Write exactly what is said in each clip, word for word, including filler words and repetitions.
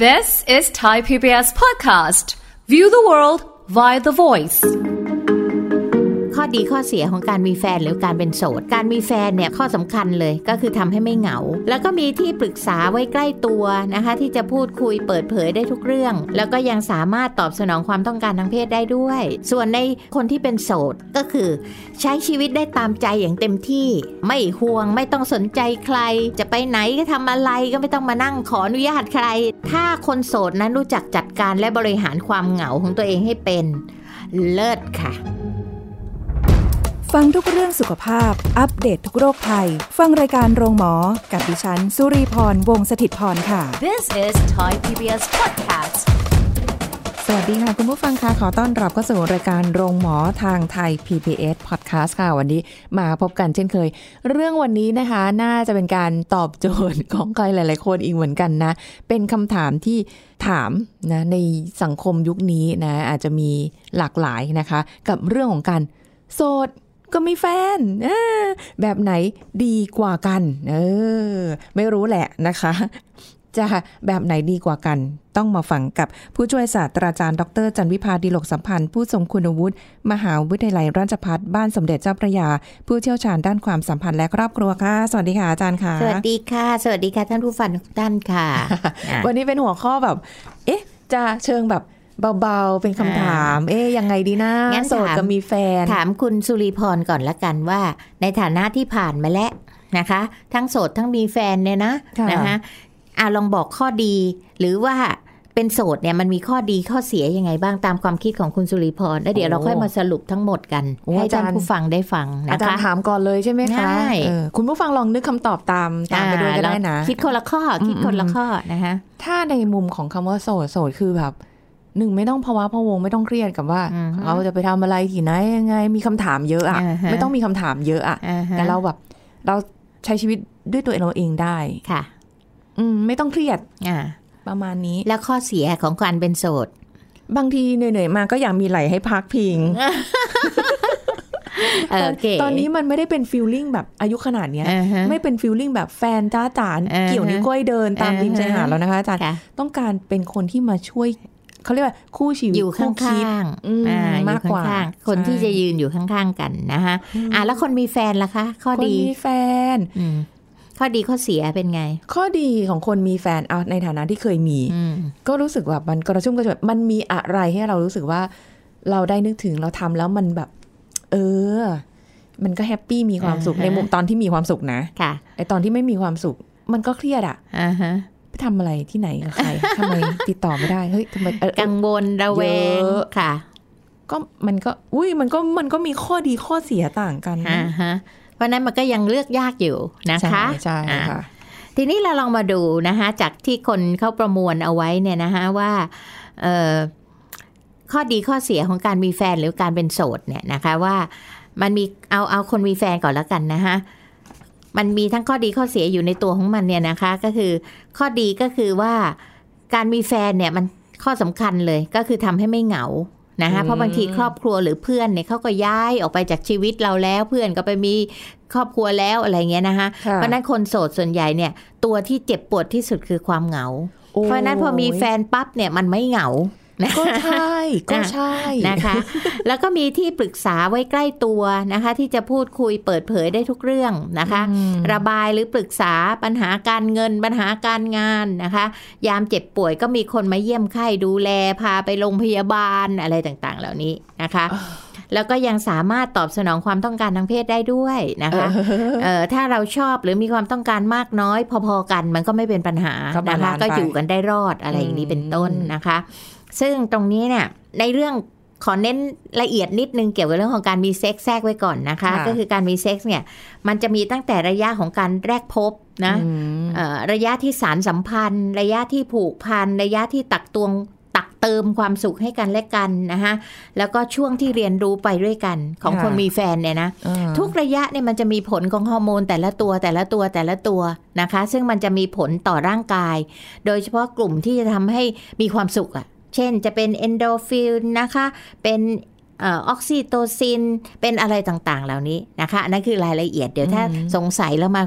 This is Thai พี บี เอส podcast. View the world via the voice. ข้อดีข้อเสียของการมีแฟนหรือการเป็นโสดการมีแฟนเนี่ยข้อสำคัญเลยก็คือทำให้ไม่เหงาแล้วก็มีที่ปรึกษาไว้ใกล้ตัวนะคะที่จะพูดคุยเปิดเผยได้ทุกเรื่องแล้วก็ยังสามารถตอบสนองความต้องการทางเพศได้ด้วยส่วนในคนที่เป็นโสดก็คือใช้ชีวิตได้ตามใจอย่างเต็มที่ไม่ห่วงไม่ต้องสนใจใครจะไปไหนก็ทำอะไรก็ไม่ต้องมานั่งขออนุญาตใครถ้าคนโสดนั้นรู้จักจัดการและบริหารความเหงาของตัวเองให้เป็นเลิศค่ะฟังทุกเรื่องสุขภาพอัปเดต ท, ทุกโรคภัยฟังรายการโรงหมอกับดิฉันสุรีพรวงศ์สถิตย์พรค่ะ This is Thai พี บี เอส podcast. สวัสดีค่ะคุณผู้ฟังค่ะขอต้อนรับเข้าสู่รายการโรงหมอทางไทย พี บี เอส podcast ค่ะวันนี้มาพบกันเช่นเคยเรื่องวันนี้นะคะน่าจะเป็นการตอบโจทย์ของใครหลายๆคนอีกเหมือนกันนะเป็นคำถามที่ถามนะในสังคมยุคนี้นะอาจจะมีหลากหลายนะคะกับเรื่องของการโสดก็มีแฟนแบบไหนดีกว่ากันเออไม่รู้แหละนะคะจะแบบไหนดีกว่ากันต้องมาฟังกับผู้ช่วยศาสตราจารย์ดรจันวิภาดิโลกสัมพันธ์ผู้ทรงคุณวุฒิมหาวิทยาลัยราชภัฏบ้านสมเด็จเจ้าพระยาผู้เชี่ยวชาญด้านความสัมพันธ์และครอบครัวค่ะสวัสดีค่ะอาจารย์ค่ะสวัสดีค่ะสวัสดีค่ะท่านผู้ฟังทุกท่านค่ะวันนี้เป็นหัวข้อแบบเอ๊ะจะเชิงแบบเบาๆเป็นคำถามเอ๊ยยังไงดีนะโสดกับมีแฟนถามคุณสุรีพรก่อนละกันว่าในฐานะที่ผ่านมาแล้วนะคะทั้งโสดทั้งมีแฟนเนี่ยนะนะคะอ่ะลองบอกข้อดีหรือว่าเป็นโสดเนี่ยมันมีข้อดีข้อเสียยังไงบ้างตามความคิดของคุณสุรีพรแล้วเดี๋ยวเราค่อยมาสรุปทั้งหมดกันให้ท่านผู้ฟังได้ฟังนะคะอาจารย์ถามก่อนเลยใช่ไหมคะคุณผู้ฟังลองนึกคำตอบตามตามไปด้วยก็ได้นะคิดคนละข้อคิดคนละข้อนะคะถ้าในมุมของคำว่าโสดโสดคือแบบหนึ่งไม่ต้องภาวะพะวงไม่ต้องเครียดกับว่าเราจะไปทำอะไรที่ไหนยังไงมีคำถามเยอะอ่ะไม่ต้องมีคำถามเยอะอ่ะแต่เราแบบเราใช้ชีวิตด้วยตัวเราเองได้ค่ะอืมไม่ต้องเครียดประมาณนี้แล้วข้อเสียของการเป็นโสดบางทีเหนื่อยๆมาก็อยากมีไหลให้พักพิง okay. ตอนนี้มันไม่ได้เป็นฟีลลิ่งแบบอายุขนาดนี้ไม่เป็นฟีลลิ่งแบบแฟนจ้าจ๋าเกี่ยวนิ้วก้อยเดินตามริมชายหาดแล้วนะคะอาจารย์ต้องการเป็นคนที่มาช่วยเขาเรียกว่าคู่ชีวิตอยู่ข้างๆมากกว่าคนที่จะยืนอยู่ข้างๆกันนะคะอ่ะแล้วคนมีแฟนล่ะคะข้อดีคนมีแฟนข้อดีข้อเสียเป็นไงข้อดีของคนมีแฟนเอาในฐานะที่เคยมีก็รู้สึกว่ามันกระชุ่มกระชวยมันมีอะไรให้เรารู้สึกว่าเราได้นึกถึงเราทำแล้วมันแบบเออมันก็แฮปปี้มีความสุขในมุมตอนที่มีความสุขนะไอตอนที่ไม่มีความสุขมันก็เครียดอ่ะไปทำอะไรที่ไหนกับใครทำไมติดต่อไม่ได้เฮ้ยทำไมกังวลระแวงค่ะก็มันก็อุ้ยมันก็มันก็มีข้อดีข้อเสียต่างกันเพราะนั้นมันก็ยังเลือกยากอยู่นะคะใช่ค่ะทีนี้เราลองมาดูนะคะจากที่คนเขาประมวลเอาไว้เนี่ยนะคะว่าเอ่อข้อดีข้อเสียของการมีแฟนหรือการเป็นโสดเนี่ยนะคะว่ามันมีเอาเอาคนมีแฟนก่อนแล้วกันนะคะมันมีทั้งข้อดีข้อเสียอยู่ในตัวของมันเนี่ยนะคะก็คือข้อดีก็คือว่าการมีแฟนเนี่ยมันข้อสำคัญเลยก็คือทำให้ไม่เหงานะคะเพราะบางทีครอบครัวหรือเพื่อนเนี่ยเขาก็ย้ายออกไปจากชีวิตเราแล้วเพื่อนก็ไปมีครอบครัวแล้วอะไรเงี้ยนะคะเพราะนั้นคนโสดส่วนใหญ่เนี่ยตัวที่เจ็บปวดที่สุดคือความเหงาเพราะนั้นพอมีแฟนปั๊บเนี่ยมันไม่เหงาก็ใช่ก็ใช่นะคะแล้วก็มีที่ปรึกษาไว้ใกล้ตัวนะคะที่จะพูดคุยเปิดเผยได้ทุกเรื่องนะคะระบายหรือปรึกษาปัญหาการเงินปัญหาการงานนะคะยามเจ็บป่วยก็มีคนมาเยี่ยมไข้ดูแลพาไปโรงพยาบาลอะไรต่างๆเหล่านี้นะคะแล้วก็ยังสามารถตอบสนองความต้องการทางเพศได้ด้วยนะคะเอ่อถ้าเราชอบหรือมีความต้องการมากน้อยพอๆกันมันก็ไม่เป็นปัญหานะคะก็อยู่กันได้รอดอะไรอย่างนี้เป็นต้นนะคะซึ่งตรงนี้เนี่ยในเรื่องขอเน้นละเอียดนิดนึงเกี่ยวกับเรื่องของการมีเซ็กซ์แทรกไว้ก่อนนะคะก็คือการมีเซ็กซ์เนี่ยมันจะมีตั้งแต่ระยะของการแรกพบนะระยะที่สารสัมพันธ์ระยะที่ผูกพันระยะที่ตักตวงตักเติมความสุขให้กันและกันนะคะแล้วก็ช่วงที่เรียนรู้ไปด้วยกันของคนมีแฟนเนี่ยนะทุกระยะเนี่ยมันจะมีผลของฮอร์โมนแต่ละตัวแต่ละตัวแต่ละตัวนะคะซึ่งมันจะมีผลต่อร่างกายโดยเฉพาะกลุ่มที่จะทำให้มีความสุขอ่ะเช่นจะเป็นเอนโดรฟินนะคะเป็นออกซิโตซินเป็นอะไรต่างๆเหล่านี้นะคะอันนั้นคือรายละเอียดเดี๋ยวถ้าสงสัยแล้วมา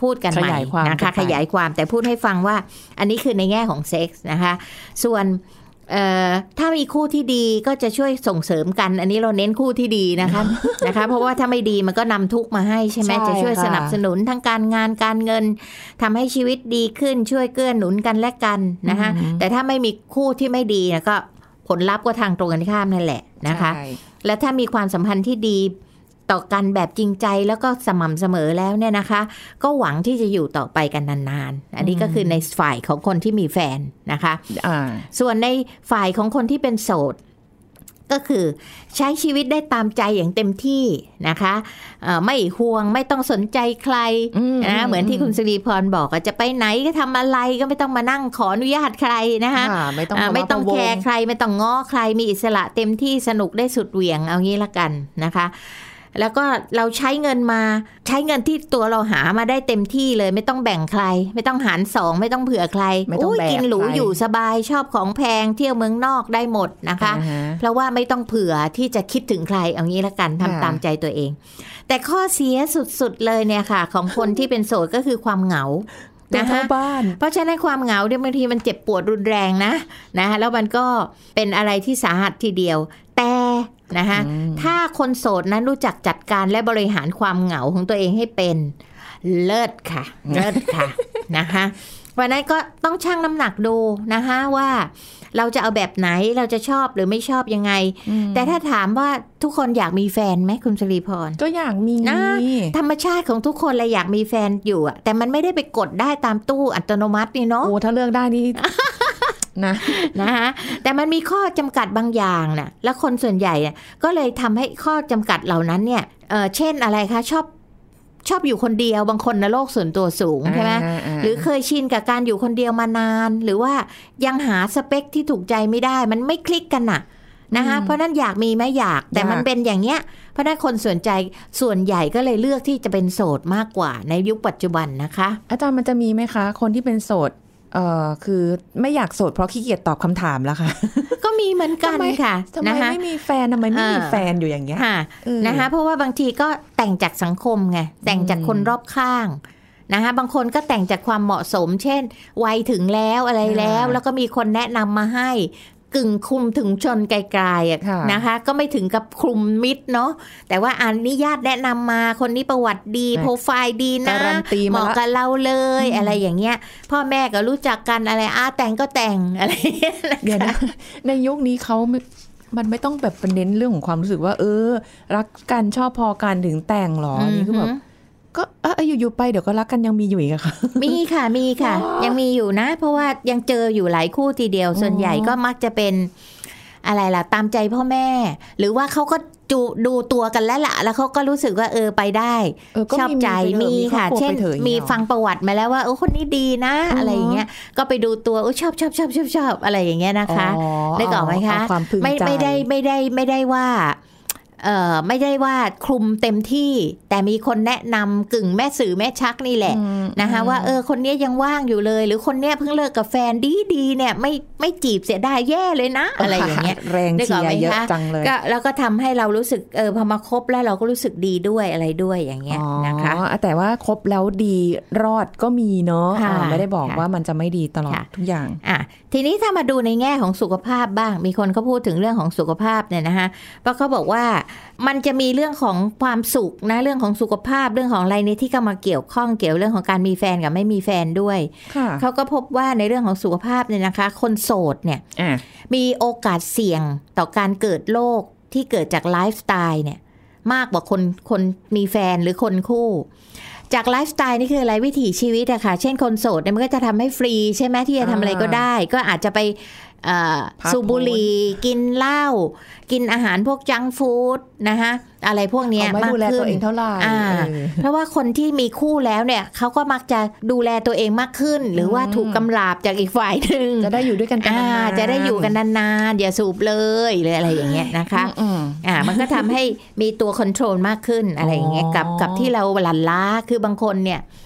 พูดกันใหม่นะคะขยายความแต่พูดให้ฟังว่าอันนี้คือในแง่ของเซ็กส์นะคะส่วนถ้ามีคู่ที่ดีก็จะช่วยส่งเสริมกันอันนี้เราเน้นคู่ที่ดีนะคะ นะคะเพราะว่าถ้าไม่ดีมันก็นำทุกข์มาให้ใช่ไหมจะช่วยสนับสนุนทั้งการงานการเงินทำให้ชีวิตดีขึ้นช่วยเกื้อหนุนกันและกันนะคะแต่ถ้าไม่มีคู่ที่ไม่ดีนะก็ผลลัพธ์ก็ทางตรงกันข้ามนั่นแหละนะคะและถ้ามีความสัมพันธ์ที่ดีต่อกันแบบจริงใจแล้วก็สม่ำเสมอแล้วเนี่ยนะคะก็หวังที่จะอยู่ต่อไปกันนานๆอันนี้ก็คือในฝ่ายของคนที่มีแฟนนะคะส่วนในฝ่ายของคนที่เป็นโสดก็คือใช้ชีวิตได้ตามใจอย่างเต็มที่นะคะไม่ห่วงไม่ต้องสนใจใครนะเหมือนที่คุณสิริพรบอกจะไปไหนก็ทำอะไรก็ไม่ต้องมานั่งขออนุญาตใครนะคะไม่ต้องไม่ต้องแคร์ใครไม่ต้องง้อใครมีอิสระเต็มที่สนุกได้สุดเหวี่ยงเอางี้ละกันนะคะแล้วก็เราใช้เงินมาใช้เงินที่ตัวเราหามาได้เต็มที่เลยไม่ต้องแบ่งใครไม่ต้องหารสองไม่ต้องเผื่อใครโอ้ยกินหรูอยู่สบายชอบของแพงเที่ยวเมืองนอกได้หมดนะคะ uh-huh. เพราะว่าไม่ต้องเผื่อที่จะคิดถึงใครเอางี้ละกันทำ uh-huh. ตามใจตัวเองแต่ข้อเสียสุดๆเลยเนี่ยค่ะของคนที่เป็นโสดก็คือความเหงานะคะเพราะฉะนั้นความเหงาเนี่ยบางทีมันเจ็บปวดรุนแรงนะนะคะแล้วมันก็เป็นอะไรที่สาหัสทีเดียวแต่นะคะถ้าคนโสดนั้นรู้จักจัดการและบริหารความเหงาของตัวเองให้เป็นเลิศค่ะเลิศค่ะนะคะวันนั้นก็ต้องชั่งน้ำหนักดูนะคะว่าเราจะเอาแบบไหนเราจะชอบหรือไม่ชอบยังไงแต่ถ้าถามว่าทุกคนอยากมีแฟนไหมคุณสิริพรก็อยากมีนะธรรมชาติของทุกคนเลยอยากมีแฟนอยู่อะแต่มันไม่ได้ไปกดได้ตามตู้อัตโนมัตินี่เนาะโอ้ถ้าเลือกได้นี่ นะนะคะแต่มันมีข้อจำกัดบางอย่างน่ะแล้วคนส่วนใหญ่เนี่ยก็เลยทำให้ข้อจำกัดเหล่านั้นเนี่ยเออเช่นอะไรคะชอบชอบอยู่คนเดียวบางคนนะโลกส่วนตัวสูงใช่ไหมหรือเคยชินกับการอยู่คนเดียวมานานหรือว่ายังหาสเปคที่ถูกใจไม่ได้มันไม่คลิกกันน่ะนะคะเพราะนั้นอยากมีไหมอยากแต่มันเป็นอย่างเงี้ยเพราะนั้นคนสนใจส่วนใหญ่ก็เลยเลือกที่จะเป็นโสดมากกว่าในยุคปัจจุบันนะคะอาจารย์มันจะมีไหมคะคนที่เป็นโสดเอ่อคือไม่อยากโสดเพราะขี้เกียจตอบคำถามแล้วค่ะก็มีเหมือนกันค่ะทำไมไม่มีแฟนทำไมไม่มีแฟนอยู่อย่างเงี้ยนะคะเพราะว่าบางทีก็แต่งจากสังคมไงแต่งจากคนรอบข้างนะคะบางคนก็แต่งจากความเหมาะสมเช่นวัยถึงแล้วอะไรแล้วแล้วก็มีคนแนะนำมาให้กึ่งคุมถึงชนไกลๆนะคะก็ไม่ถึงกับคลุมมิดเนาะแต่ว่าอันนี้ญาติแนะนำมาคนนี้ประวัติดีโปรไฟล์ดีนะเหมาะกับเราเลยอะไรอย่างเงี้ยพ่อแม่ก็รู้จักกันอะไรอ้าแต่งก็แต่งอะไรเดี๋ยวนะในยุคนี้เขามันไม่ต้องแบบเน้นเรื่องของความรู้สึกว่าเออรักกันชอบพอกันถึงแต่งหรอนี่คือแบบก็เอออยู่ๆไปเดี๋ยวก็รักกันยังมีอยู่อีกอะค่ะมีค่ะมีค่ะยังมีอยู่นะเพราะว่ายังเจออยู่หลายคู่ทีเดียวส่วนใหญ่ก็มักจะเป็นอะไรล่ะตามใจพ่อแม่หรือว่าเขาก็ดูดูตัวกันแล้วล่ะแล้วเขาก็รู้สึกว่าเออไปได้ชอบใจมีค่ะเช่นมีฟังประวัติมาแล้วว่าโอ้คนนี้ดีนะอะไรอย่างเงี้ยก็ไปดูตัวโอ้ชอบชอบชอบชอบชอบอะไรอย่างเงี้ยนะคะได้ก่อนไหมคะไม่ไม่ได้ไม่ได้ไม่ได้ว่าเอ่อไม่ได้ว่าคลุมเต็มที่แต่มีคนแนะนำกึ่งแม่สื่อแม่ชักนี่แหละนะคะว่าเออคนนี้ยังว่างอยู่เลยหรือคนนี้เพิ่งเลิกกับแฟนดีๆเนี่ยไม่ไม่จีบเสียได้แย่เลยนะอะไรอย่างเงี้ยแรงเชียร์เยอะจังเลยก็แล้วก็ทำให้เรารู้สึกเออพอมาคบแล้วเราก็รู้สึกดีด้วยอะไรด้วยอย่างเงี้ยนะคะแต่ว่าคบแล้วดีรอดก็มีเนาะไม่ได้บอกว่ามันจะไม่ดีตลอดทุกอย่างอ่ะทีนี้ถ้ามาดูในแง่ของสุขภาพบ้างมีคนเขาพูดถึงเรื่องของสุขภาพเนี่ยนะคะเพราะเขาบอกว่ามันจะมีเรื่องของความสุขนะเรื่องของสุขภาพเรื่องของอะไรนี่ที่เข้ามาเกี่ยวข้องเกี่ยวเรื่องของการมีแฟนกับไม่มีแฟนด้วยเขาก็พบว่าในเรื่องของสุขภาพเนี่ยนะคะคนโสดเนี่ยมีโอกาสเสี่ยงต่อการเกิดโรคที่เกิดจากไลฟ์สไตล์เนี่ยมากกว่าคนคนมีแฟนหรือคนคู่จากไลฟ์สไตล์นี่คืออะไรวิถีชีวิตอะค่ะเช่นคนโสดเนี่ยมันก็จะทำให้ฟรีใช่ไหมที่จะทำอะไรก็ได้ก็อาจจะไปสูบบุหรี่กินเหล้ากินอาหารพวกจังก์ฟู้ดนะคะอะไรพวกนี้มากขึ้นเท่าไหร่เพราะว่าคนที่มีคู่แล้วเนี่ยเขาก็มักจะดูแลตัวเองมากขึ้นหรือว่าถูกกำราบจากอีกฝ่ายหนึ่งจะได้อยู่ด้วยกันนานจะได้อยู่กันนานๆอย่าสูบเลยหรืออะไรอย่างเงี้ยนะคะอ่ามันก็ทำให้มีตัวคอนโทรลมากขึ้นอะไรอย่างเงี้ยกับกับที่เราหลั่นล้าคือบางคนเนี่ย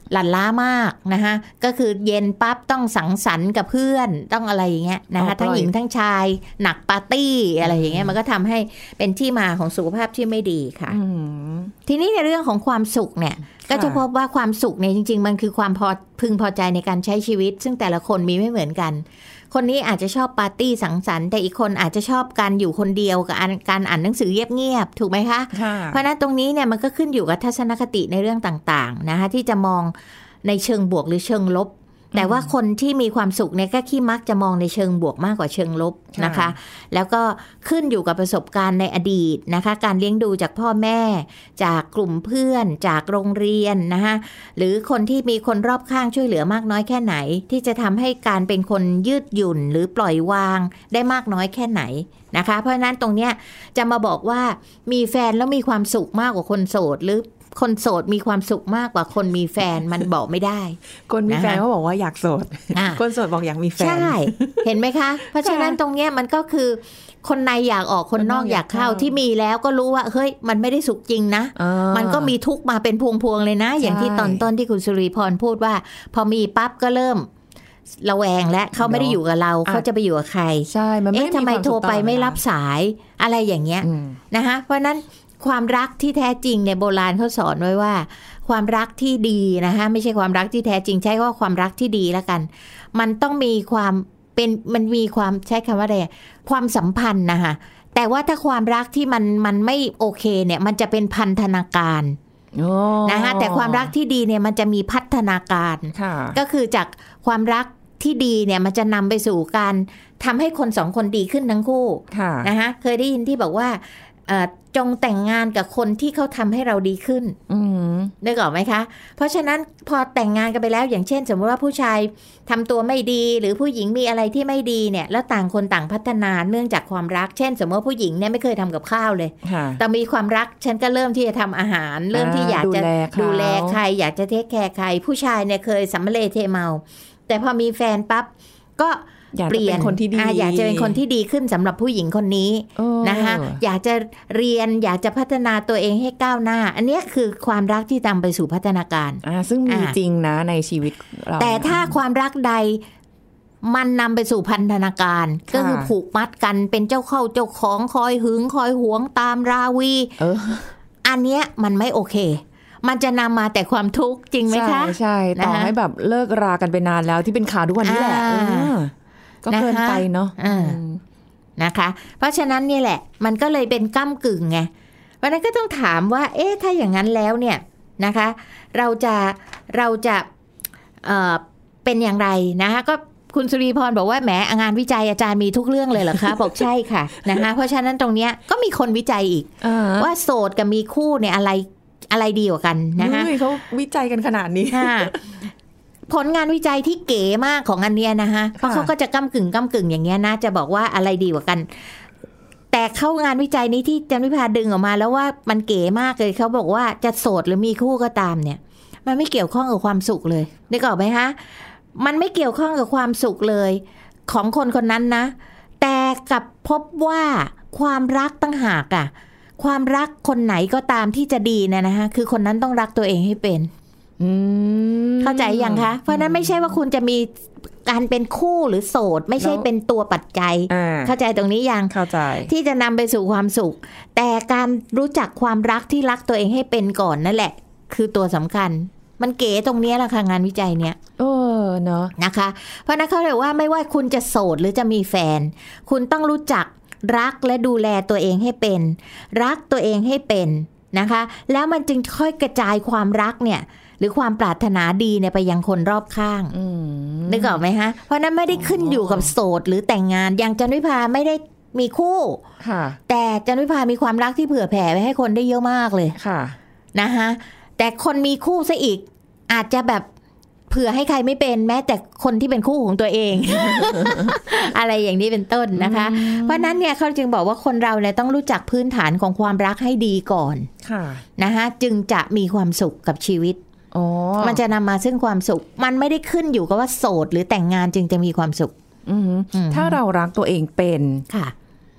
หลั่นล้ามากนะคะก็คือเย็นปั๊บต้องสังสรรค์กับเพื่อนต้องอะไรอย่างเงี้ยนะคะทั้งหญิงทั้งชายหนักปาร์ตี้อะไรอย่างเงี้ยมันก็ทำให้เป็นที่มาของสุขภาพที่ไม่ดีค่ะทีนี้ในเรื่องของความสุขเนี่ยก็จะพบว่าความสุขเนี่ยจริงๆมันคือความพอพึงพอใจในการใช้ชีวิตซึ่งแต่ละคนมีไม่เหมือนกันคนนี้อาจจะชอบปาร์ตี้สังสรรค์แต่อีกคนอาจจะชอบการอยู่คนเดียวกับการอ่านหนังสือเงียบๆถูกไหมคะเพราะนั้นตรงนี้เนี่ยมันก็ขึ้นอยู่กับทัศนคติในเรื่องต่างๆนะคะที่จะมองในเชิงบวกหรือเชิงลบแต่ว่าคนที่มีความสุขเนี่ยก็ขี้มักจะมองในเชิงบวกมากกว่าเชิงลบนะคะแล้วก็ขึ้นอยู่กับประสบการณ์ในอดีตนะคะการเลี้ยงดูจากพ่อแม่จากกลุ่มเพื่อนจากโรงเรียนนะคะหรือคนที่มีคนรอบข้างช่วยเหลือมากน้อยแค่ไหนที่จะทำให้การเป็นคนยืดหยุ่นหรือปล่อยวางได้มากน้อยแค่ไหนนะคะเพราะฉะนั้นตรงเนี้ยจะมาบอกว่ามีแฟนแล้วมีความสุขมากกว่าคนโสดหรือคนโสดมีความสุขมากกว่าคนมีแฟนมันบอกไม่ได้คนมีแฟนเขาบอกว่าอยากโสดคนโสดบอกอยากมีแฟนใช่เห็นไหมคะเพราะฉะนั้นตรงเนี้ยมันก็คือคนในอยากออกคนนอกอยากเข้าที่มีแล้วก็รู้ว่าเฮ้ยมันไม่ได้สุขจริงนะมันก็มีทุกข์มาเป็นพวงๆเลยนะอย่างที่ตอนต้นที่คุณสุริพรพูดว่าพอมีปั๊บก็เริ่มระแวงและเขาไม่ได้อยู่กับเราเขาจะไปอยู่กับใครใช่มันไม่เอ๊ะทำไมโทรไปไม่รับสายอะไรอย่างเงี้ยนะคะเพราะนั้นความรักที่แท้จริงในโบราณเขาสอนไว้ว่าความรักที่ดีนะคะไม่ใช่ความรักที่แท้จริงใช้ว่าความรักที่ดีแล้วกันมันต้องมีความเป็นมันมีความใช้คำว่าอะไรความสัมพันธ์นะคะแต่ว่าถ้าความรักที่มันมันไม่โอเคเนี่ยมันจะเป็นพันธนาการนะคะแต่ความรักที่ดีเนี่ยมันจะมีพัฒนาการก็คือจากความรักที่ดีเนี่ยมันจะนำไปสู่การทำให้คนสองคนดีขึ้นทั้งคู่นะคะเคยได้ยินที่บอกว่าจงแต่งงานกับคนที่เขาทำให้เราดีขึ้นนึกออกไหมคะเพราะฉะนั้นพอแต่งงานกันไปแล้วอย่างเช่นสมมติว่าผู้ชายทำตัวไม่ดีหรือผู้หญิงมีอะไรที่ไม่ดีเนี่ยแล้วต่างคนต่างพัฒนาเนื่องจากความรักเช่นสมมติว่าผู้หญิงเนี่ยไม่เคยทำกับข้าวเลยแต่มีความรักฉันก็เริ่มที่จะทำอาหารเริ่มที่อยากจะดูแลใครอยากจะเทคแคร์ใครผู้ชายเนี่ยเคยสัมเลเทเมาแต่พอมีแฟนปั๊บก็เปลี่ยนคนที่ดีอยากจะเป็นคนที่ดีขึ้นสำหรับผู้หญิงคนนี้นะคะอยากจะเรียนอยากจะพัฒนาตัวเองให้ก้าวหน้าอันนี้คือความรักที่นำไปสู่พัฒนาการซึ่งมีจริงนะในชีวิตเราแต่ถ้าความรักใดมันนำไปสู่พันธนาการก็คือผูกมัดกันเป็นเจ้าเข้าเจ้าของคอยหึงคอยหวงตามราวีอันเนี้ยมันไม่โอเคมันจะนำมาแต่ความทุกข์จริงไหมคะใช่ๆต่อให้แบบเลิกรากันไปนานแล้วที่เป็นข่าวทุกวันนี้แหละก็เกินไปเนาะนะคะเพราะฉะนั้นนี่แหละมันก็เลยเป็นก้ำกึ่งไงเพราะนั้นก็ต้องถามว่าเอ๊ะถ้าอย่างนั้นแล้วเนี่ยนะคะเราจะเราจะเอ่อเป็นอย่างไรนะคะก็คุณสุริพรบอกว่าแหมงานวิจัยอาจารย์มีทุกเรื่องเลยเหรอคะบอกใช่ค่ะนะคะเพราะฉะนั้นตรงเนี้ยก็มีคนวิจัยอีกว่าโสดกับมีคู่เนี่ยอะไรอะไรดีกว่ากันนะคะเขาวิจัยกันขนาดนี้ผลงานวิจัยที่เก๋มากของอันเนี้ยนะคะเพราะเขาก็จะก้ำกึ่งก้ำกึ่งอย่างเงี้ยนะจะบอกว่าอะไรดีกว่ากันแต่เข้างานวิจัยนี้ที่จันวิภาดึงออกมาแล้วว่ามันเก๋มากเลยเขาบอกว่าจะโสดหรือมีคู่ก็ตามเนี่ยมันไม่เกี่ยวข้องกับความสุขเลยนึกออกไหมคะมันไม่เกี่ยวข้องกับความสุขเลยของคนคนนั้นนะแต่กลับพบว่าความรักตั้งหากอะความรักคนไหนก็ตามที่จะดีนะนะคะคือคนนั้นต้องรักตัวเองให้เป็นเข้าใจยังคะเพราะนั้นไม่ใช่ว่าคุณจะมีการเป็นคู่หรือโสดไม่ใช่เป็นตัวปัจจัยเข้าใจตรงนี้ยังเข้าใจที่จะนำไปสู่ความสุขแต่การรู้จักความรักที่รักตัวเองให้เป็นก่อนนั่นแหละคือตัวสำคัญมันเก๋ตรงนี้แหละค่ะงานวิจัยเนี้ยเออเนาะนะคะเพราะนั้นเขาเรียกว่าไม่ว่าคุณจะโสดหรือจะมีแฟนคุณต้องรู้จักรักและดูแลตัวเองให้เป็นรักตัวเองให้เป็นนะคะแล้วมันจึงค่อยกระจายความรักเนี่ยหรือความปรารถนาดีเนี่ยไปยังคนรอบข้างนึกออกไหมฮะเพราะนั้นไม่ได้ขึ้นอยู่กับโสดหรือแต่งงานอย่างจันวิภาไม่ได้มีคู่แต่จันวิภามีความรักที่เผื่อแผ่ไปให้คนได้เยอะมากเลยนะคะแต่คนมีคู่ซะอีกอาจจะแบบเผื่อให้ใครไม่เป็นแม้แต่คนที่เป็นคู่ของตัวเอง อะไรอย่างนี้เป็นต้นนะคะเพราะนั้นเนี่ยเขาจึงบอกว่าคนเราเนี่ยต้องรู้จักพื้นฐานของความรักให้ดีก่อนนะคะจึงจะมีความสุขกับชีวิตมันจะนำมาซึ่งความสุขมันไม่ได้ขึ้นอยู่กับว่าโสดหรือแต่งงานจึงจะมีความสุขถ้าเรารักตัวเองเป็น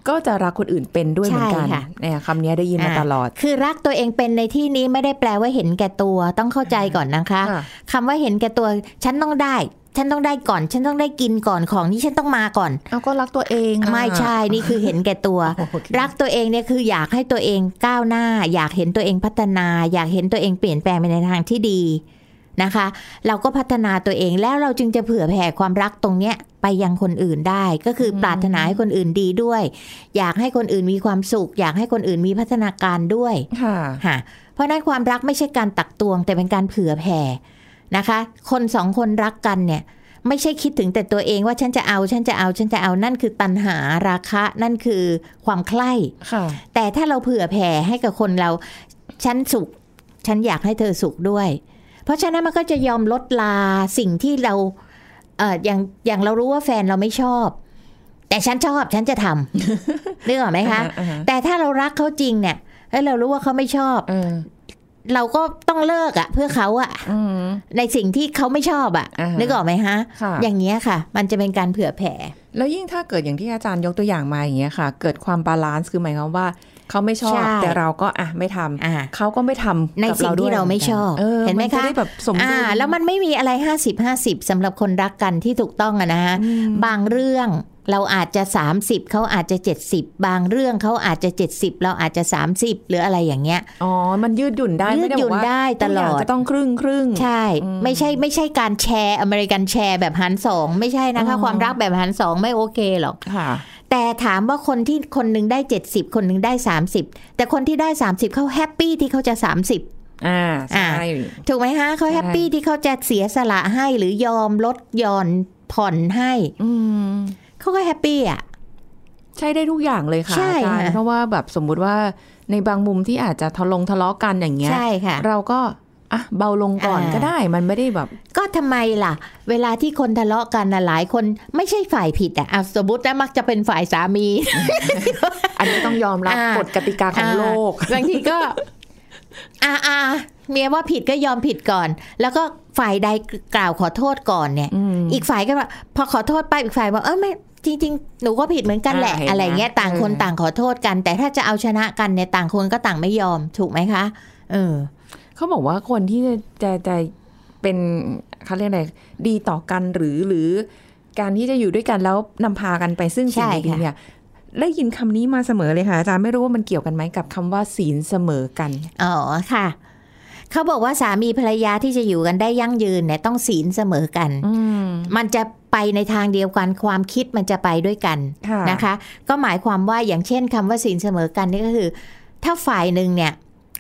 ก็จะรักคนอื่นเป็นด้วยเหมือนกันเนี่ยคำนี้ได้ยินมาตลอดคือรักตัวเองเป็นในที่นี้ไม่ได้แปลว่าเห็นแก่ตัวต้องเข้าใจก่อนนะคะคำว่าเห็นแก่ตัวฉันต้องได้ฉันต้องได้ก่อนฉันต้องได้กินก่อนของนี้ฉันต้องมาก่อนเอาก็รักตัวเองไม่ใช่นี่คือเห็นแก่ตัว รักตัวเองเนี่ยคืออยากให้ตัวเองก้าวหน้าอยากเห็นตัวเองพัฒนาอยากเห็นตัวเองเปลี่ยนแปลงไปในทางที่ดีนะคะเราก็พัฒนาตัวเองแล้วเราจึงจะเผื่อแผ่ความรักตรงเนี้ยไปยังคนอื่นได้ก็คือปรารถนาให้คนอื่นดีด้วยอยากให้คนอื่นมีความสุขอยากให้คนอื่นมีพัฒนาการด้วยค่ะเพราะนั้นความรักไม่ใช่การตักตวงแต่เป็นการเผื่อแผ่นะคะคนสองคนรักกันเนี่ยไม่ใช่คิดถึงแต่ตัวเองว่าฉันจะเอาฉันจะเอาฉันจะเอานั่นคือตัณหาราคะนั่นคือความใคร่แต่ถ้าเราเผื่อแผ่ให้กับคนเราฉันสุขฉันอยากให้เธอสุขด้วยเพราะฉะนั้นมันก็จะยอมลดลาสิ่งที่เราเอ่ออย่างอย่างเรารู้ว่าแฟนเราไม่ชอบแต่ฉันชอบฉันจะทำนึกออกไหมคะ แต่ถ้าเรารักเขาจริงเนี่ยแล้วเรารู้ว่าเขาไม่ชอบเราก็ต้องเลิกอ่ะเพื่อเขาอ่ะในสิ่งที่เขาไม่ชอบอ่ะนึกออกไหมฮะอย่างเงี้ยค่ะมันจะเป็นการเผื่อแผ่แล้วยิ่งถ้าเกิดอย่างที่อาจารย์ยกตัวอย่างมาอย่างเงี้ยค่ะเกิดความบาลานซ์คือหมายความว่าเขาไม่ชอบแต่เราก็อ่ะไม่ทำเขาก็ไม่ทำในสิ่งที่เราไม่ชอบเห็นไหมคะแบบสมดุลแล้วมันไม่มีอะไรห้าสิบ ห้าสิบสำหรับคนรักกันที่ถูกต้องอะนะฮะบางเรื่องเราอาจจะสามสิบเขาอาจจะเจ็ดสิบบางเรื่องเขาอาจจะเจ็ดสิบเราอาจจะสามสิบหรืออะไรอย่างเงี้ยอ๋อมันยืดหยุ่นได้ยืดหยุ่นได้ตลอดจะต้องครึ่งครึ่งใช่ไม่ใช่ไม่ใช่การแชร์อเมริกันแชร์แบบหารสองไม่ใช่นะคะความรักแบบหารสองไม่โอเคหรอกแต่ถามว่าคนที่คนนึงได้เจ็ดสิบคนนึงได้สามสิบแต่คนที่ได้สามสิบเขาแฮปปี้ที่เขาจะสามสิบอ่าใช่ถูกไหมฮะเขาแฮปปี้ที่เขาจะเสียสละให้หรือยอมลดหย่อนผ่อนให้เขาก็แฮปปี้อ่ะใช่ได้ทุกอย่างเลยค่ะอาจารย์เพราะว่าแบบสมมุติว่าในบางมุมที่อาจจะทะเลาะทะเลาะกันอย่างเงี้ยเราก็อ่ะเบาลงก่อนก็ได้มันไม่ได้แบบก็ทำไมล่ะเวลาที่คนทะเลาะกันนะหลายคนไม่ใช่ฝ่ายผิดอ่ะสมมตินะมักจะเป็นฝ่ายสามีอันนี้ต้องยอมรับกฎกติกาของโลกบางทีก็อ่าอ่าเมียว่าผิดก็ยอมผิดก่อนแล้วก็ฝ่ายใดกล่าวขอโทษก่อนเนี่ยอีกฝ่ายก็ว่าพอขอโทษไปอีกฝ่ายบอกเออไม่จริงๆหนูก็ผิดเหมือนกันแหละ อ, อะไรเงี้ยต่างคนต่างขอโทษกันแต่ถ้าจะเอาชนะกันเนี่ยต่างคนก็ต่างไม่ยอมถูกไหมคะเออเขาบอกว่าคนที่จะจะเป็นเขาเรียกอะไรดีต่อกันหรือหรือการที่จะอยู่ด้วยกันแล้วนำพากันไปซึ่งสิ่งดีเนี่ยได้ยินคำนี้มาเสมอเลยค่ะอาจารย์ไม่รู้ว่ามันเกี่ยวกันไหมกับคำว่าศีลเสมอกันอ๋อค่ะเขาบอกว่าสามีภรรยาที่จะอยู่กันได้ยั่งยืนเนี่ยต้องศีลเสมอกันมันจะไปในทางเดียวกันความคิดมันจะไปด้วยกันนะคะก็หมายความว่าอย่างเช่นคำว่าศีลเสมอกันนี่ก็คือถ้าฝ่ายหนึ่งเนี่ย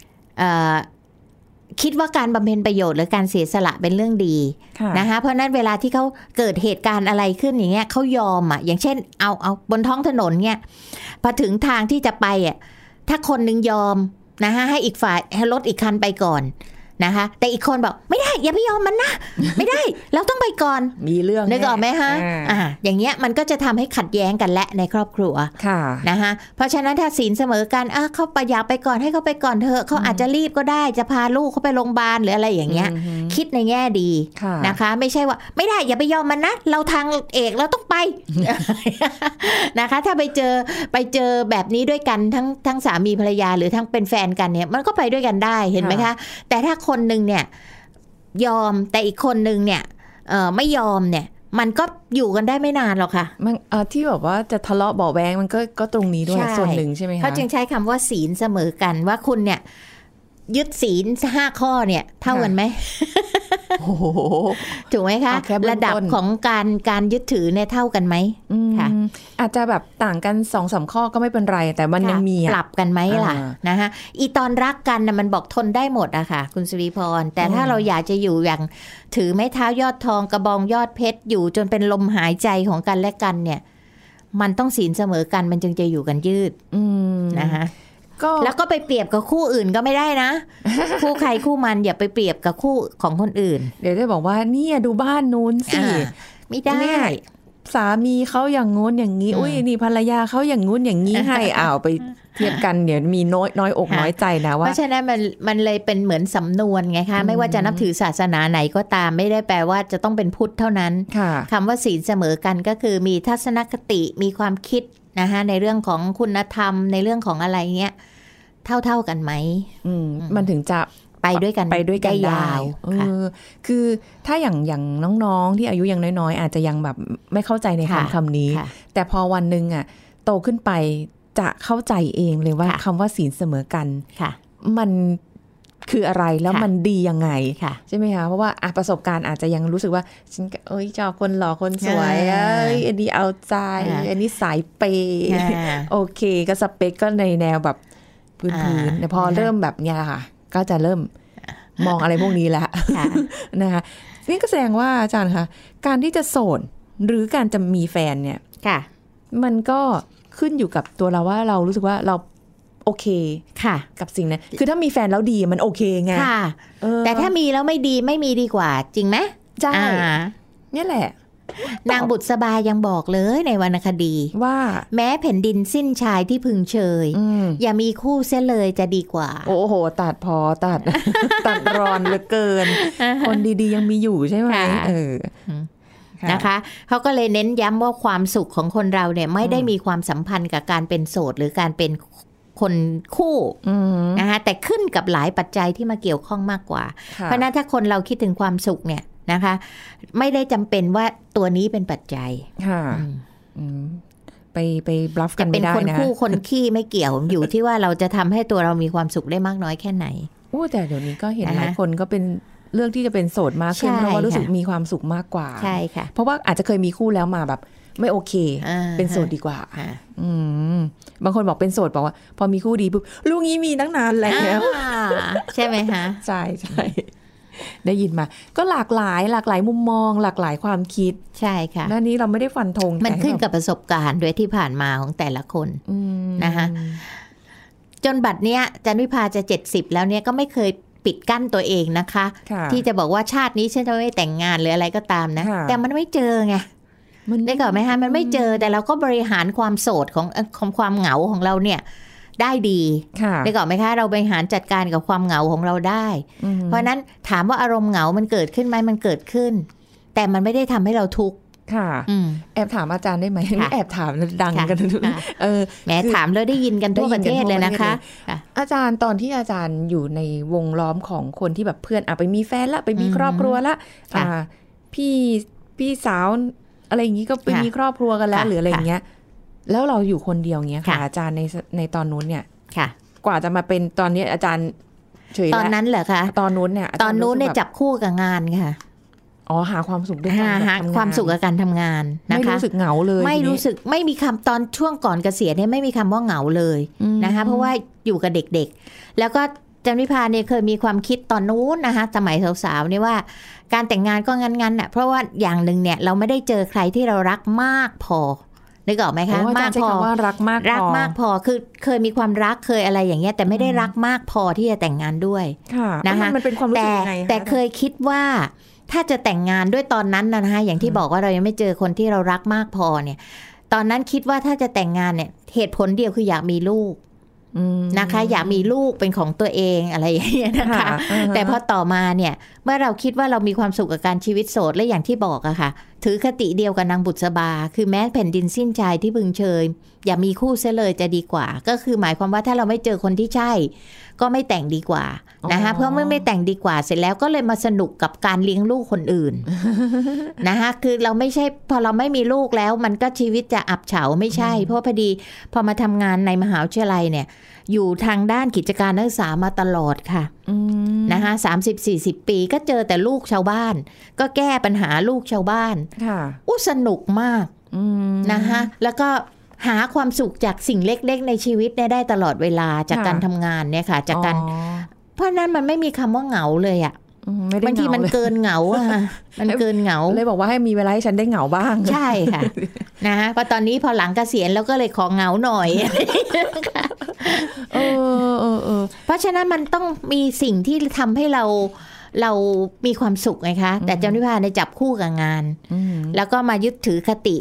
คิดว่าการบำเพ็ญประโยชน์หรือการเสียสละเป็นเรื่องดีนะคะเพราะนั้นเวลาที่เขาเกิดเหตุการณ์อะไรขึ้นอย่างเงี้ยเขายอมอ่ะอย่างเช่นเอาเอาบนท้องถนนเนี่ยพอถึงทางที่จะไปอ่ะถ้าคนนึงยอมนะคะให้อีกฝ่ายให้รถอีกคันไปก่อนนะคะแต่อีกคนบอกไม่ได้อย่าไปยอมมันนะไม่ได้เราต้องไปก่อนมีเรื่องนึกออกไหมฮะอ่าอย่างเงี้ยมันก็จะทำให้ขัดแย้งกันและในครอบครัวค่ะนะคะเพราะฉะนั้นถ้าศีลเสมอกันอ่ะเขาไปอยากไปก่อนให้เขาไปก่อนเถอะเขาอาจจะรีบก็ได้จะพาลูกเขาไปโรงพยาบาลหรืออะไรอย่างเงี้ยคิดในแง่ดีนะคะไม่ใช่ว่าไม่ได้อย่าไปยอมมันนะเราทางเอกเราต้องไป นะคะถ้าไปเจอไปเจอแบบนี้ด้วยกันทั้งทั้งสามีภรรยาหรือทั้งเป็นแฟนกันเนี่ยมันก็ไปด้วยกันได้เห็นไหมคะแต่ถ้าคนหนึ่งเนี่ยยอมแต่อีกคนหนึ่งเนี่ยเอ่อไม่ยอมเนี่ยมันก็อยู่กันได้ไม่นานหรอกค่ะมันเอ่อที่แบบว่าจะทะเลาะเบาะแว้งมันก็ก็ตรงนี้ด้วยส่วนหนึ่งใช่ไหมคะเขาจึงใช้คำว่าศีลเสมอกันว่าคุณเนี่ยยึดศีลห้าข้อเนี่ยเท่ากันไหมโอ้โหถูกไหมคะระดับของการการยึดถือเนี่ยเท่ากันไหมค่ะอาจจะแบบต่างกัน สองสาม ข้อก็ไม่เป็นไรแต่มันยังมีปรับกันไหมล่ะนะคะอีตอนรักกันน่ะมันบอกทนได้หมดอะค่ะคุณสุริพรแต่ถ้าเราอยากจะอยู่อย่างถือไม้เท้ายอดทองกระบองยอดเพชรอยู่จนเป็นลมหายใจของกันและกันเนี่ยมันต้องศีลเสมอกันมันจึงจะอยู่กันยืดนะคะแล้วก็ไปเปรียบกับคู่อื่นก็ไม่ได้นะ คู่ใครคู่มันอย่าไปเปรียบกับคู่ของคนอื่นเดี๋ยวจะบอกว่าเนี่ยดูบ้านนู้นสิไม่ได้สามีเขาอย่างงู้นอย่างนี้อุ้ยนี่ภรรยาเขาอย่างงู้นอย่างนี้ให้อ้าวไปเทียบกันเดี๋ยวมีน้อยน้อยอกน้อยใจนะว่าเพราะฉะนั้นมันมันเลยเป็นเหมือนสำนวนไงคะไม่ว่าจะนับถือศาสนาไหนก็ตามไม่ได้แปลว่าจะต้องเป็นพุทธเท่านั้นคำว่าศีลเสมอกันก็คือมีทัศนคติมีความคิดนะคะในเรื่องของคุณธรรมในเรื่องของอะไรเงี้ยเท่าๆกันไหมมันถึงจะไปด้วยกันไปด้วยกันยาวคือถ้าอย่างอย่างน้องๆที่อายุยังน้อยๆอาจจะยังแบบไม่เข้าใจในคำคำนี้แต่พอวันนึงอ่ะโตขึ้นไปจะเข้าใจเองเลยว่าคำว่าศีลเสมอกันมันคืออะไรแล้วมันดียังไงใช่ไหมคะเพราะว่าประสบการณ์อาจจะยังรู้สึกว่าฉันเอ้ยชอบคนหล่อคนสวยเอ้ยอันนี้เอาใจอันนี้สายเปย์โอเคก็สเปคก็ในแนวแบบพื้นๆแต่พอเริ่มแบบเนี้ยค่ะก็จะเริ่มมองอะไรพวกนี้แล้วนะคะนี่ก็แสดงว่าอาจารย์คะการที่จะโสดหรือการจะมีแฟนเนี่ยมันก็ขึ้นอยู่กับตัวเราว่าเรารู้สึกว่าเราโอเคค่ะกับสิ่งนั้นคือถ้ามีแฟนแล้วดีมันโอเคไงค่ะแต่ถ้ามีแล้วไม่ดีไม่มีดีกว่าจริงไหมใช่นี่แหละนางบุษบายังบอกเลยในวรรณคดีว่าแม้แผ่นดินสิ้นชายที่พึงเชยอย่ามีคู่เสียเลยจะดีกว่าโอ้โหตัดพอตัด ตัดรอนเหลือเกิน คนดีๆยังมีอยู่ใช่ไหมเออนะคะเขาก็เลยเน้นย้ำว่าความสุขของคนเราเนี่ยไม่ได้มีความสัมพันธ์กับการเป็นโสดหรือการเป็นคนคู่นะคะแต่ขึ้นกับหลายปัจจัยที่มาเกี่ยวข้องมากกว่าเพราะนั้นถ้าคนเราคิดถึงความสุขเนี่ยนะคะไม่ได้จำเป็นว่าตัวนี้เป็นปัจจัยค่ะไปไปบลัฟกันไม่ได้นะเป็นคนคู่คนขี้ไม่เกี่ยวอยู่ที่ว่าเราจะทำให้ตัวเรามีความสุขได้มากน้อยแค่ไหนโอ้แต่เดี๋ยวนี้ก็เห็นหลายคนก็เป็นเรื่องที่จะเป็นโสดมากขึ้นเพราะว่ารู้สึกมีความสุขมากกว่าใช่ค่ะเพราะว่าอาจจะเคยมีคู่แล้วมาแบบไม่โอเคเป็นโสดดีกว่าอืมบางคนบอกเป็นโสดบอกว่าพอมีคู่ดีปุ๊บลูกนี้มีตั้งนานแล้วใช่ไหมคะใช่ใช่ได้ยินมาก็หลากหลายหลากหลายมุมมองหลากหลายความคิดใช่ค่ะด้านนี้เราไม่ได้ฟันธงมันขึ้นกับประสบการณ์ด้วยที่ผ่านมาของแต่ละคนนะคะจนบัดเนี้ยจันวิภาจะเจ็ดสิบแล้วเนี่ยก็ไม่เคยปิดกั้นตัวเองนะคะที่จะบอกว่าชาตินี้ฉันจะไม่แต่งงานหรืออะไรก็ตามนะแต่มันไม่เจอไงได้ก่อนไหมคะมันไม่เจอแต่เราก็บริหารความโสดของของความเหงาของเราเนี่ยได้ดีได้ก่อนไหมคะเราบริหารจัดการกับความเหงาของเราได้เพราะนั้นถามว่าอารมณ์เหงามันเกิดขึ้นไหมมันเกิดขึ้นแต่มันไม่ได้ทำให้เราทุกข์ค่ะแอบถามอาจารย์ได้ไหมแอบถามดังกันเออแหมถามแล้วได้ยินกันทั่วประเทศเลยนะคะอาจารย์ตอนที่อาจารย์อยู่ในวงล้อมของคนที่แบบเพื่อนอ่ะไปมีแฟนละไปมีครอบครัวละอ่าพี่พี่สาวอะไรอย่างนี้ก็ไปมีครอบครัวกันแล้วหรืออะไรอย่างเงี้ยแล้วเราอยู่คนเดียวเงี้ยค่ะอาจารย์ในในตอนนู้นเนี่ยกว่าจะมาเป็นตอนนี้อาจารย์เฉยตอนนั้นเหรอคะตอนนู้นเนี่ยตอนนู้นเนี่ยจับคู่กับงานค่ะอ๋อหาความสุขด้วยการหาความสุขกับการทำงานนะคะไม่รู้สึกเหงาเลยไม่รู้สึกไม่มีคำตอนช่วงก่อนเกษียณเนี่ยไม่มีคำว่าเหงาเลยนะคะเพราะว่าอยู่กับเด็กๆแล้วก็จันวิภาเนี่ยเคยมีความคิดตอนนู้นนะคะสมัยสาวๆเนี่ยว่าการแต่งงานก็งั้นๆน่ะเพราะว่าอย่างหนึ่งเนี่ยเราไม่ได้เจอใครที่เรารักมากพอนึกออกไหมคะมากพอว่ารักมากรักมากพอคือเคยมีความรักเคยอะไรอย่างเงี้ยแต่ไม่ได้รักมากพอที่จะแต่งงานด้วยนะคะมันเป็นความรู้สึกยังไงแต่เคยคิดว่าถ้าจะแต่งงานด้วยตอนนั้นนะคะอย่างที่บอกว่าเรายังไม่เจอคนที่เรารักมากพอเนี่ยตอนนั้นคิดว่าถ้าจะแต่งงานเนี่ยเหตุผลเดียวคืออยากมีลูกนะคะอยากมีลูกเป็นของตัวเองอะไรอย่างเงี้ยนะคะแต่พอต่อมาเนี่ยเมื่อเราคิดว่าเรามีความสุขกับการชีวิตโสดและอย่างที่บอกอะค่ะถือคติเดียวกับนางบุษบาคือแม้แผ่นดินสิ้นชายที่พึงเชยอย่ามีคู่เสียเลยจะดีกว่าก็คือหมายความว่าถ้าเราไม่เจอคนที่ใช่ก็ไม่แต่งดีกว่านะคะเพราะเมื่อไม่แต่งดีกว่าเสร็จแล้วก็เลยมาสนุกกับการเลี้ยงลูกคนอื่นนะคะคือเราไม่ใช่พอเราไม่มีลูกแล้วมันก็ชีวิตจะอับเฉาไม่ใช่เพราะพอดีพอมาทำงานในมหาวิทยาลัยเนี่ยอยู่ทางด้านกิจการนักศึกษามาตลอดค่ะนะคะสามสิบสี่สิบปีก็เจอแต่ลูกชาวบ้านก็แก้ปัญหาลูกชาวบ้านอู้สนุกมากนะคะแล้วก็หาความสุขจากสิ่งเล็กๆในชีวิตได้ตลอดเวลาจากการทำงานเนี่ยค่ะจากการเพราะนั้นมันไม่มีคำว่าเหงาเลยอ่ะบางทีมันเกินเหงาอะมันเกินเหงาเลยบอกว่าให้มีเวลาให้ฉันได้เหงาบ้างใช่ค่ะนะคะเพราะตอนนี้พอหลังเกษียณแล้วก็เลยขอเหงาหน่อยเออเออเออเพราะฉะนั้นมันต้องมีสิ่งที่ทำให้เราเรามีความสุขไงคะแต่จันวิภาในจับคู่กับงานแล้วก็มายึดถือคติ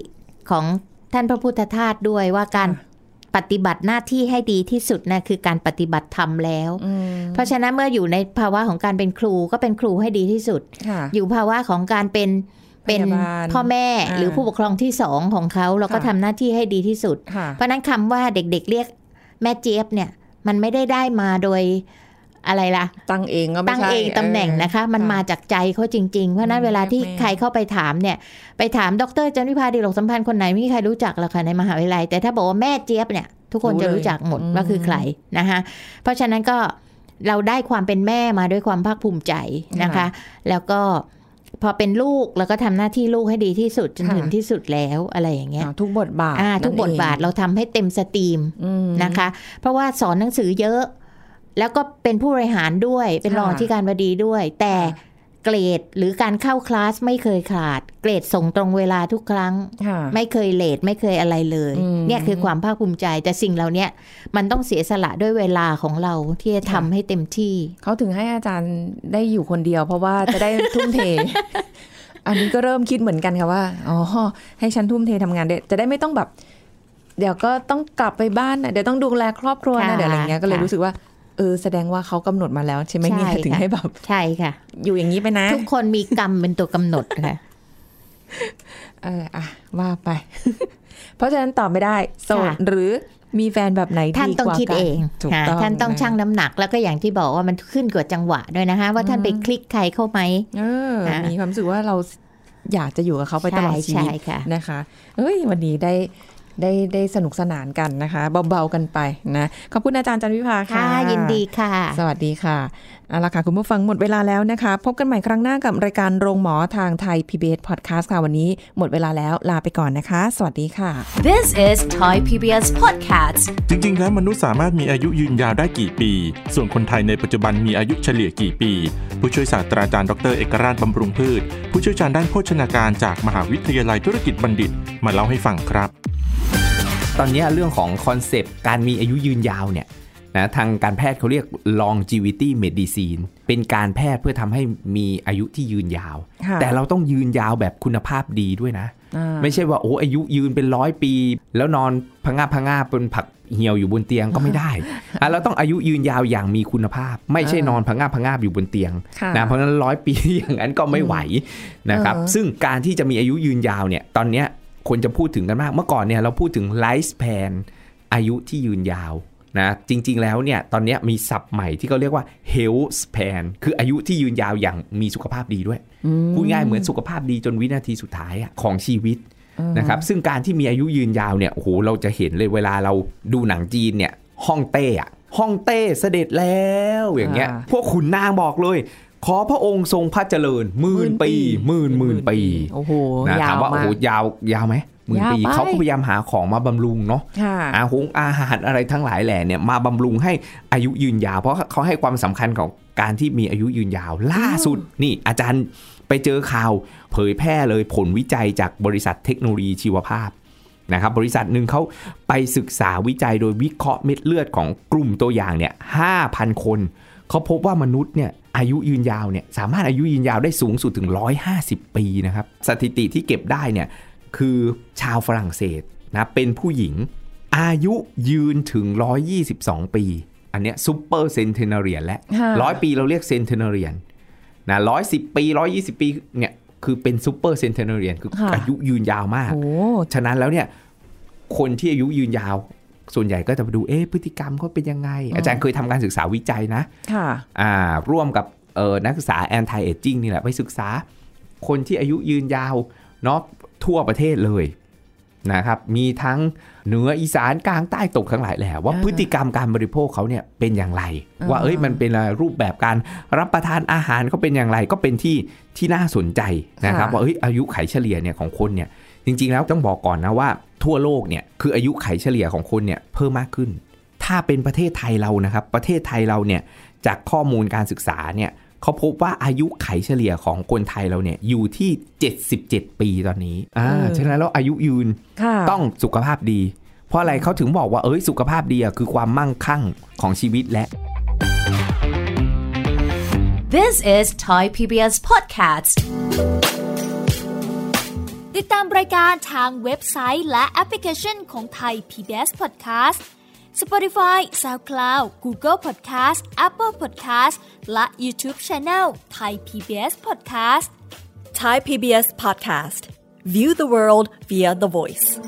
ของท่านพระพุทธทาสด้วยว่าการปฏิบัติหน้าที่ให้ดีที่สุดนะคือการปฏิบัติธรรมแล้วเพราะฉะนั้นเมื่ออยู่ในภาวะของการเป็นครูก็เป็นครูให้ดีที่สุดอยู่ภาวะของการเป็นเป็นพ่อแม่หรือผู้ปกครองที่สองของเขาเราก็ทำหน้าที่ให้ดีที่สุดเพราะนั้นคำว่าเด็กๆเรียกแม่เจี๊ยบเนี่ยมันไม่ได้ได้มาโดยอะไรล่ะตั้งเองก็ไม่ใช่ตั้งเองตำแหน่งนะคะมันมาจากใจเขาจริงๆเพราะนั้นเวลาที่ใครเข้าไปถามเนี่ยไปถามดร.จันวิภาดีหลกสัมพันธ์คนไหนไม่มีใครรู้จักหรอกค่ะในมหาวิทยาลัยแต่ถ้าบอกว่าแม่เจี๊ยบเนี่ยทุกคนจะรู้จักหมดว่าคือใครนะคะเพราะฉะนั้นก็เราได้ความเป็นแม่มาด้วยความภาคภูมิใจนะคะแล้วก็พอเป็นลูกแล้วก็ทำหน้าที่ลูกให้ดีที่สุดจนถึงที่สุดแล้วอะไรอย่างเงี้ยทุกบทบาททุกบทบาทเราทำให้เต็มสตรีมนะคะเพราะว่าสอนหนังสือเยอะแล้วก็เป็นผู้บริหารด้วยเป็นรองที่การบดีด้วยแต่เกรดหรือการเข้าคลาสไม่เคยขาดเกรดส่งตรงเวลาทุกครั้งไม่เคยเลทไม่เคยอะไรเลยเนี่ยคือความภาคภูมิใจแต่สิ่งเหล่านี้มันต้องเสียสละด้วยเวลาของเราที่จะทำให้เต็มที่เขาถึงให้อาจารย์ได้อยู่คนเดียวเพราะว่าจะได้ทุ่มเท อันนี้ก็เริ่มคิดเหมือนกันค่ะว่าอ๋อให้ฉันทุ่มเททำงานจะได้ไม่ต้องแบบเดี๋ยวก็ต้องกลับไปบ้านนะเดี๋ยวต้องดูแลครอบครัวนะเดี๋ยวอะไรเงี้ยก็เลยรู้สึกว่าเออแสดงว่าเขากำหนดมาแล้วใช่ไหมเนี่ยถึงให้แบบใช่ค่ะอยู่อย่างนี้ไปนะทุกคนมีกรรมเป็นตัวกำหนดค่ะเอออ่ะว่าไป เพราะฉะนั้นตอบไม่ได้โสดหรือมีแฟนแบบไหนดีกว่ากันท่านต้องคิดเองท่านต้องชั่งน้ำหนักแล้วก็อย่างที่บอกว่ามันขึ้นกับจังหวะด้วยนะคะว่าท่านไปคลิกใครเข้าไหมเออมีความรู้สึกว่าเราอยากจะอยู่กับเขาไปตลอดชีวิตนะคะเอ้ยวันนี้ได้ได้ได้สนุกสนานกันนะคะเบาๆกันไปนะขอบคุณอาจารย์จันวิภาค่ะยินดีค่ะสวัสดีค่ะเอาล่ะค่ะคุณผู้ฟังหมดเวลาแล้วนะคะพบกันใหม่ครั้งหน้ากับรายการโรงหมอทางไทย พี บี เอส Podcast ค่ะวันนี้หมดเวลาแล้วลาไปก่อนนะคะสวัสดีค่ะ This is Thai พี บี เอส Podcast จริงๆแล้วมนุษย์สามารถมีอายุยืนยาวได้กี่ปีส่วนคนไทยในปัจจุบันมีอายุเฉลี่ยกี่ปีผู้ช่วยศาสตราจารย์ดร.เอกราชบำรุงพืชผู้เชี่ยวชาญด้านโภชนาการจากมหาวิทยาลัยธุรกิจบัณฑิตมาเล่าให้ฟังครับตอนนี้เรื่องของคอนเซปต์การมีอายุยืนยาวเนี่ยนะทางการแพทย์เขาเรียก longevity medicine เป็นการแพทย์เพื่อทำให้มีอายุที่ยืนยาวแต่เราต้องยืนยาวแบบคุณภาพดีด้วยนะไม่ใช่ว่าโอ้อายุยืนเป็นร้อยปีแล้วนอนพะงาพะงาเป็นผักเหี่ยวอยู่บนเตียงก็ไม่ได้เราต้องอายุยืนยาวอย่างมีคุณภาพไม่ใช่นอนพะงาพะงาอยู่บนเตียงนะเพราะฉะนั้นร้อยปีอย่างนั้นก็ไม่ไหวนะครับซึ่งการที่จะมีอายุยืนยาวเนี่ยตอนเนี้ยคนจะพูดถึงกันมากเมื่อก่อนเนี่ยเราพูดถึง life span อายุที่ยืนยาวนะจริงๆแล้วเนี่ยตอนนี้มีศัพท์ใหม่ที่เขาเรียกว่า health span คืออายุที่ยืนยาวอย่างมีสุขภาพดีด้วยพูดง่ายเหมือนสุขภาพดีจนวินาทีสุดท้ายของชีวิตนะครับซึ่งการที่มีอายุยืนยาวเนี่ยโอ้โหเราจะเห็นเลยเวลาเราดูหนังจีนเนี่ยฮ่องเต้อะฮ่องเต้เสด็จแล้วอย่างเงี้ยพวกขุนนางบอกเลยขอพระองค์ทรงพระเจริญหมื่นปีหมื่นหมื่นปีโอ้โหนะถามว่าโอ้โหยาวยาวไหมหมื่นปีเขาก็พยายามหาของมาบำรุงเนาะอาหงอาหารอะไรทั้งหลายแหล่เนี่ยมาบำรุงให้อายุยืนยาวเพราะเขาให้ความสำคัญของการที่มีอายุยืนยาวล่าสุดนี่อาจารย์ไปเจอข่าวเผยแพร่เลยผลวิจัยจากบริษัทเทคโนโลยีชีวภาพนะครับบริษัทหนึ่งเขาไปศึกษาวิจัยโดยวิเคราะห์เม็ดเลือดของกลุ่มตัวอย่างเนี่ย ห้าพัน คนเขาพบว่ามนุษย์เนี่ยอายุยืนยาวเนี่ยสามารถอายุยืนยาวได้สูงสุดถึงหนึ่งร้อยห้าสิบปีนะครับสถิติที่เก็บได้เนี่ยคือชาวฝรั่งเศสนะเป็นผู้หญิงอายุยืนถึงหนึ่งร้อยยี่สิบสองปีอันเนี้ยซุปเปอร์เซนเทนาเรียนและหนึ่งร้อยปีเราเรียกเซนเทนาเรียนนะหนึ่งร้อยสิบปีหนึ่งร้อยยี่สิบปีเนี่ยคือเป็นซุปเปอร์เซนเทนาเรียนคืออายุยืนยาวมากฉะนั้นแล้วเนี่ยคนที่อายุยืนยาวส่วนใหญ่ก็จะไปดูเอ๊ะพฤติกรรมเขาเป็นยังไงอาจารย์เคยทำการศึกษาวิจัยนะอ่าร่วมกับเอ่อนักศึกษา anti aging นี่แหละไปศึกษาคนที่อายุยืนยาวเนาะทั่วประเทศเลยนะครับมีทั้งเหนืออีสานกลางใต้ตกทั้งหลายแหละว่าพฤติกรรมการบริโภคเขาเนี่ยเป็นอย่างไรว่าเอ้ยมันเป็นรูปแบบการรับประทานอาหารเขาเป็นอย่างไรก็เป็นที่ที่น่าสนใจนะครับว่าเอ้ยอายุไขเฉลี่ยเนี่ยของคนเนี่ยจริงๆแล้วต้องบอกก่อนนะว่าทั่วโลกเนี่ยคืออายุไขเฉลี่ยของคนเนี่ยเพิ่มมากขึ้นถ้าเป็นประเทศไทยเรานะครับประเทศไทยเราเนี่ยจากข้อมูลการศึกษาเนี่ยเขาพบว่าอายุไขเฉลี่ยของคนไทยเราเนี่ยอยู่ที่เจ็ดสิบเจ็ดปีตอนนี้อ่าฉะนั้นแล้วอายุยืนต้องสุขภาพดีเพราะอะไรเขาถึงบอกว่าเอ้ยสุขภาพดีคือความมั่งคั่งของชีวิตและ This is Thai พี บี เอส Podcast ติดตามรายการทางเว็บไซต์และแอปพลิเคชันของไทย พี บี เอส Podcast Spotify, SoundCloud, Google Podcast, Apple Podcast และ YouTube Channel Thai พี บี เอส Podcast Thai พี บี เอส Podcast View the world via the voice